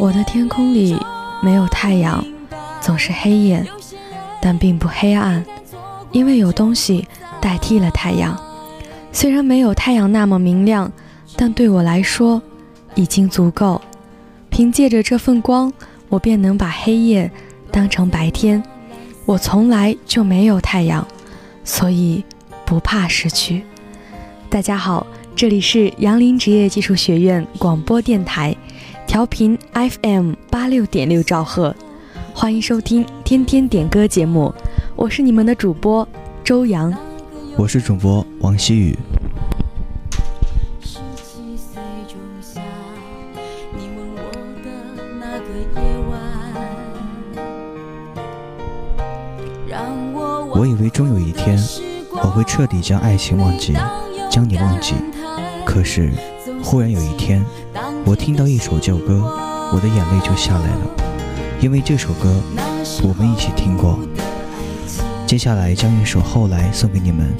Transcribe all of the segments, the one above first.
我的天空里没有太阳，总是黑夜，但并不黑暗，因为有东西代替了太阳。虽然没有太阳那么明亮，但对我来说已经足够。凭借着这份光，我便能把黑夜当成白天。我从来就没有太阳，所以不怕失去。大家好，这里是杨林职业技术学院广播电台，调频 FM86.6兆赫，欢迎收听天天点歌节目，我是你们的主播周洋， 我是主播王希宇。我以为终有一天我会彻底将爱情忘记，将你忘记，可是忽然有一天我听到一首旧歌，我的眼泪就下来了，因为这首歌我们一起听过。接下来将一首《后来》送给你们。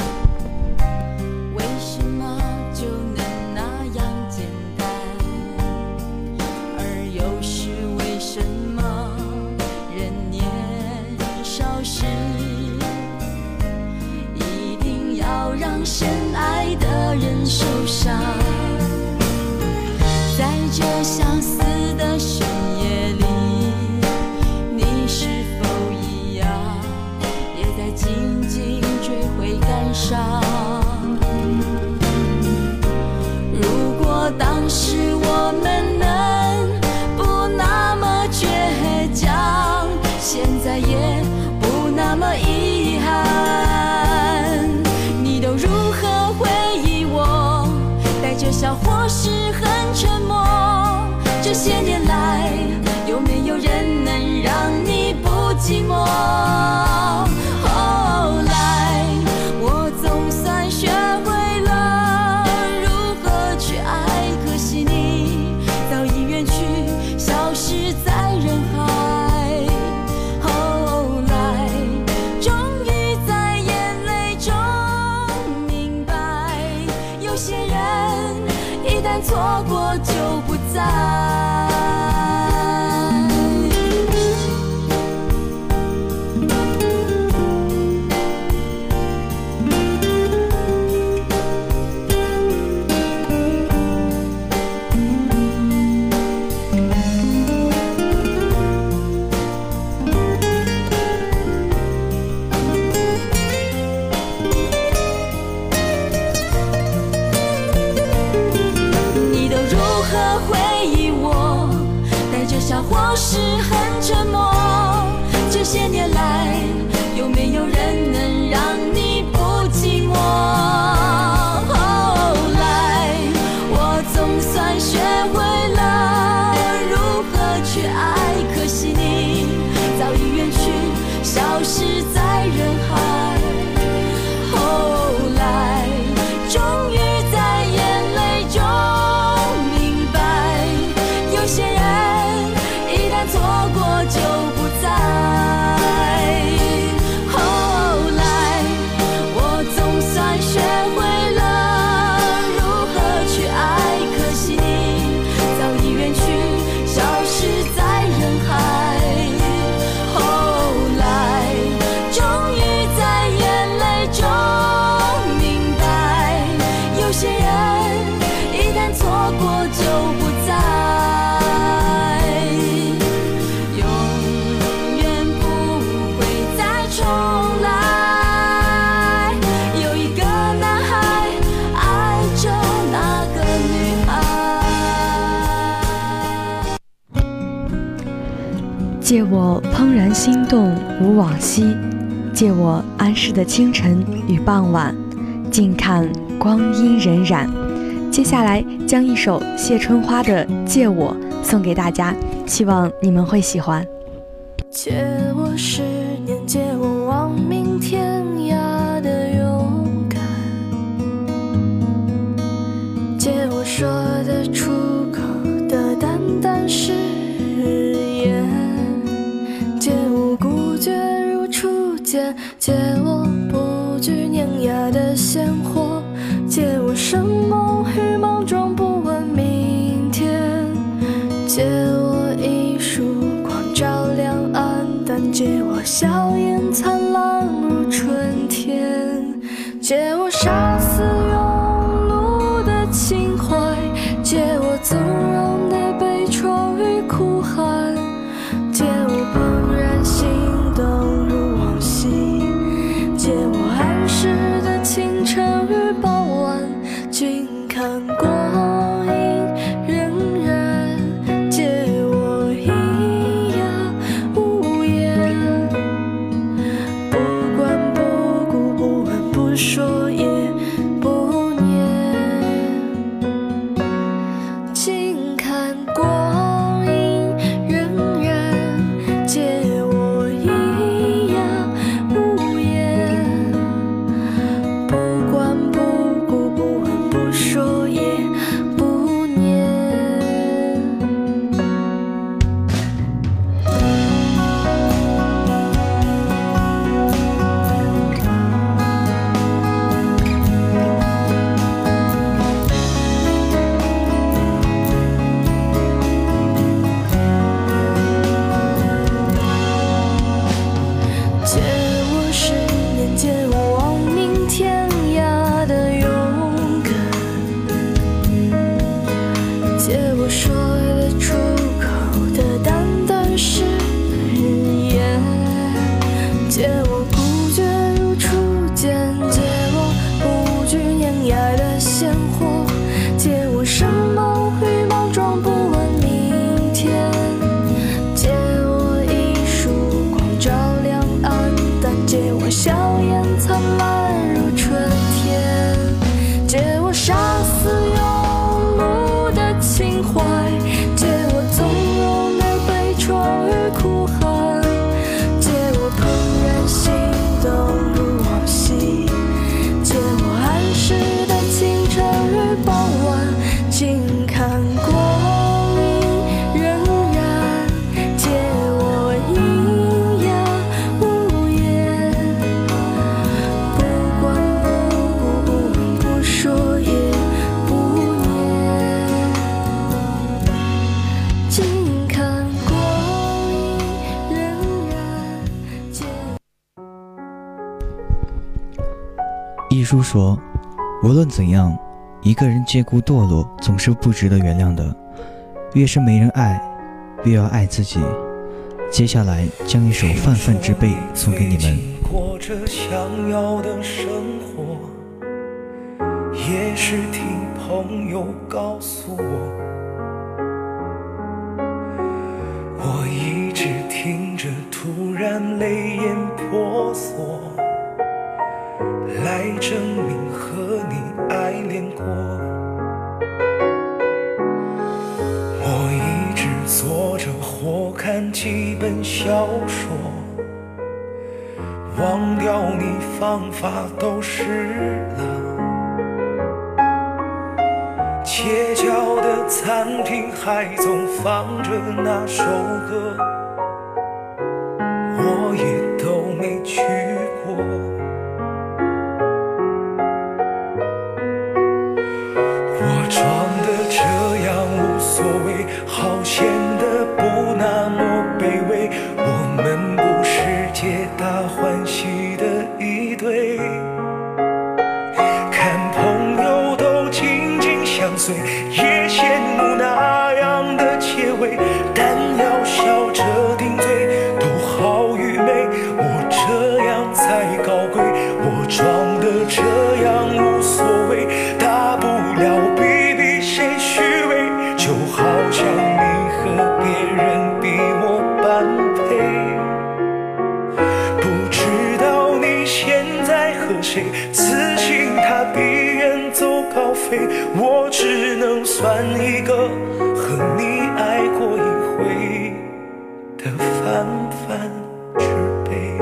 深爱的人受伤，在这相思的深夜里，你是否一样也在静静追悔感伤？如果当时我们能不那么倔强，现在也不那么遗憾。笑或是很沉默，这些年来有没有人能让你不寂寞？后来我总算学会了如何去爱，可惜你早已远去，消失在人海。后来终于在眼泪中明白，有些人一旦错过就不再。或是很沉默，这些年来有没有人能让你不寂寞？后来我总算学会了如何去爱，可惜你早已远去，消失在人海。后来终于在眼泪中明白，有些人错过就不再。后来我总算学会了如何去爱，可惜你早已远去，消失在人海。后来终于在眼泪中明白，有些人一旦错过就不再。 借我怦然心动无往昔，借我安适的清晨与傍晚，静看光阴荏苒。接下来将一首谢春花的《借我》送给大家，希望你们会喜欢。 借我10年，借我亡命天涯的勇敢，借我说得出口的淡淡誓言，借我孤绝如初见，借我不惧碾压的鲜活，借我生梦与莽撞不问明天，借我一笑颜灿烂如春天，借我杀死庸碌的情怀，借我纵容的悲怆与哭喊，借我怦然心动如往昔，借我安适的清晨与傍晚，静看光阴荏苒，借我咿呀无言，不管不顾不问不说也不念，静看光阴荏苒，借我咿呀无言，不管不顾不问不说也不念。借我10年，借我亡命天涯的勇敢，借我说得出口的淡淡誓言，借我孤绝如初见，借我不惧碾压的鲜活，借我生猛与莽撞不问明天，借我一束光照亮暗淡，借我笑颜灿烂如春天，借我杀死庸碌的情怀，借我纵容的悲怆与哭喊，借我怦然心动如往昔，借我安适的清晨与傍晚，静看光阴荏苒，借我咿呀无言，不管不顾不问不说也不念，静看光阴荏苒，借一书说，无论怎样，一个人借故堕落总是不值得原谅的，越是没人爱，越要爱自己。接下来将一首《泛泛之辈》送给你们。 过着想要的生活，也是听朋友告诉我，我一直听着，突然泪眼婆娑，来证明和你爱恋过。我一直坐着或看几本小说，忘掉你方法都失了。街角的餐厅还总放着那首歌，我也都没去过。我装的这样无所谓，好显得不那么卑微。我们不是皆大欢喜的一对，看朋友都紧紧相随，也羡慕那样的结尾。但要笑着顶嘴，都好愚昧。我这样才高贵，我装的这样无所谓，大不了比谁虚伪，就好像你和别人比我般配。不知道你现在和谁，此情他必远走高飞，我只能算一个和你爱过一回的泛泛之辈。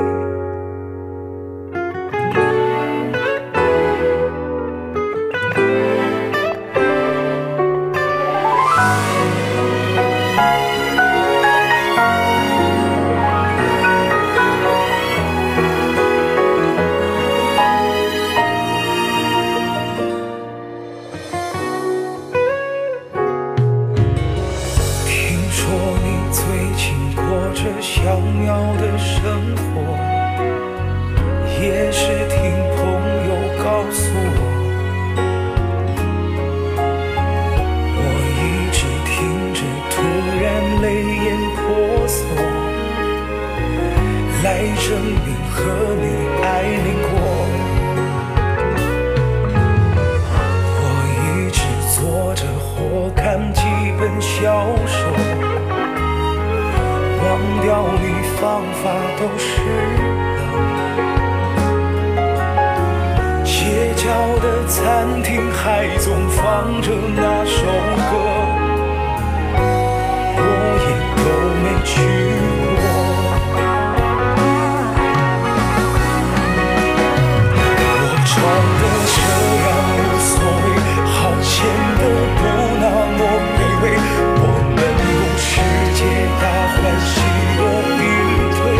来证明和你爱凝过。我一直坐着或看几本小说，忘掉你方法都是了。街角的餐厅还总放着那首歌，我也都没去过。我装的这样无所谓，好显得不那么卑微。我们不是皆大欢喜的并退，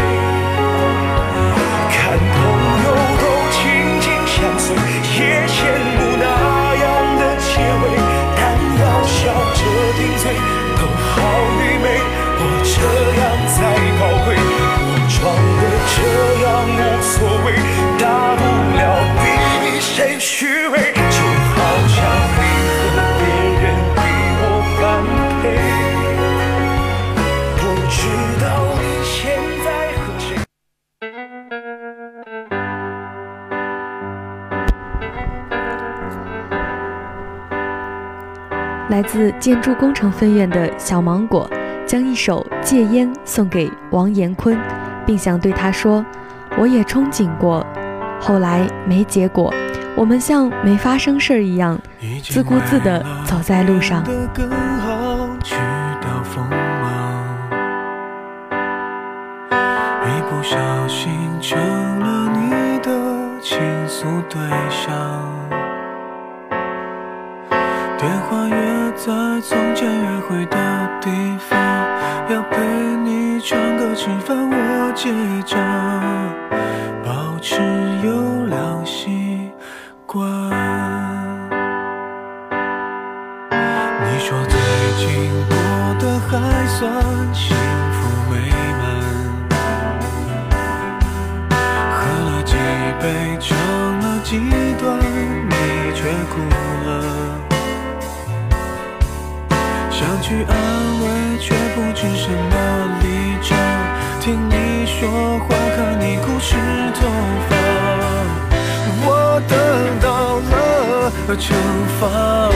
看朋友都紧紧相随，也羡慕那样的结尾，但要笑着顶嘴都好愚昧。我这样才高贵，我装的这样无所谓，大不了比谁虚伪，就好像你和别人比我般配。不知道你现在和谁。 来自建筑工程分院的小芒果将一首《戒烟》送给王延坤，并想对他说：我也憧憬过，后来没结果，我们像没发生事一样，自顾自地走在路上。 一不小心成了你的倾诉对象，电话约在从前约会的地方，要陪你唱歌吃饭我结账，保持优良习惯。你说最近过得还算幸福美满，喝了几杯唱了几段，你却哭了，想去安慰却不知什么立场，听你说话看你哭湿头发，我得到了惩罚。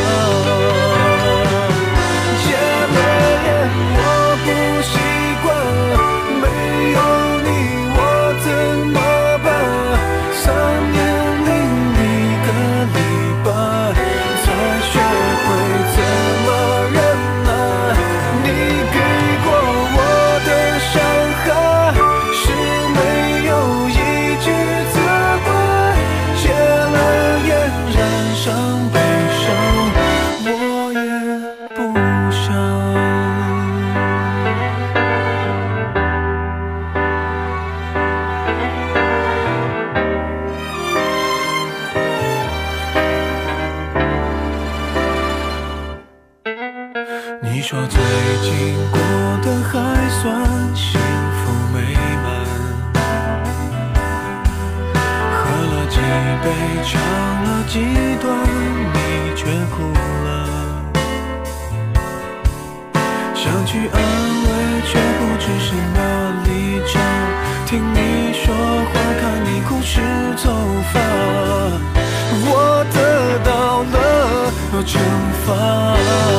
戒了烟我不习惯，没有你我怎么办？3年0一个礼拜才学会怎么忍耐，你给过我的伤害是没有一句责怪，戒了烟染上悲伤，我也不想。你说最近过得还算幸福美满，喝了几杯唱了几段，你却哭了，想去安慰却不知什么立场，听你说话看你哭湿头发，我得到了惩罚。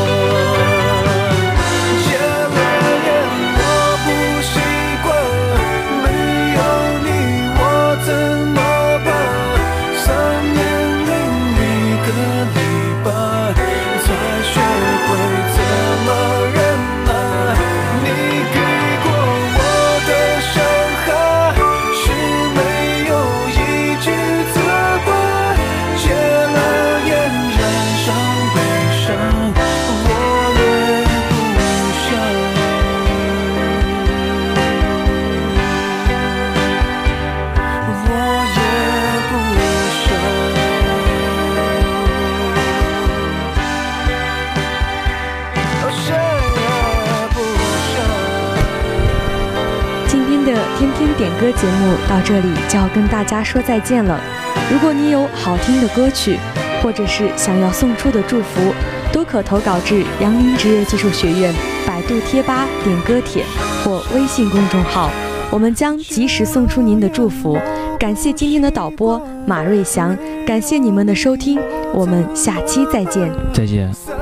点歌节目到这里就要跟大家说再见了。如果你有好听的歌曲，或者是想要送出的祝福，都可投稿至阳明职业技术学院百度贴吧点歌帖或微信公众号我们将及时送出您的祝福。感谢今天的导播马瑞祥，感谢你们的收听，我们下期再见。 再见。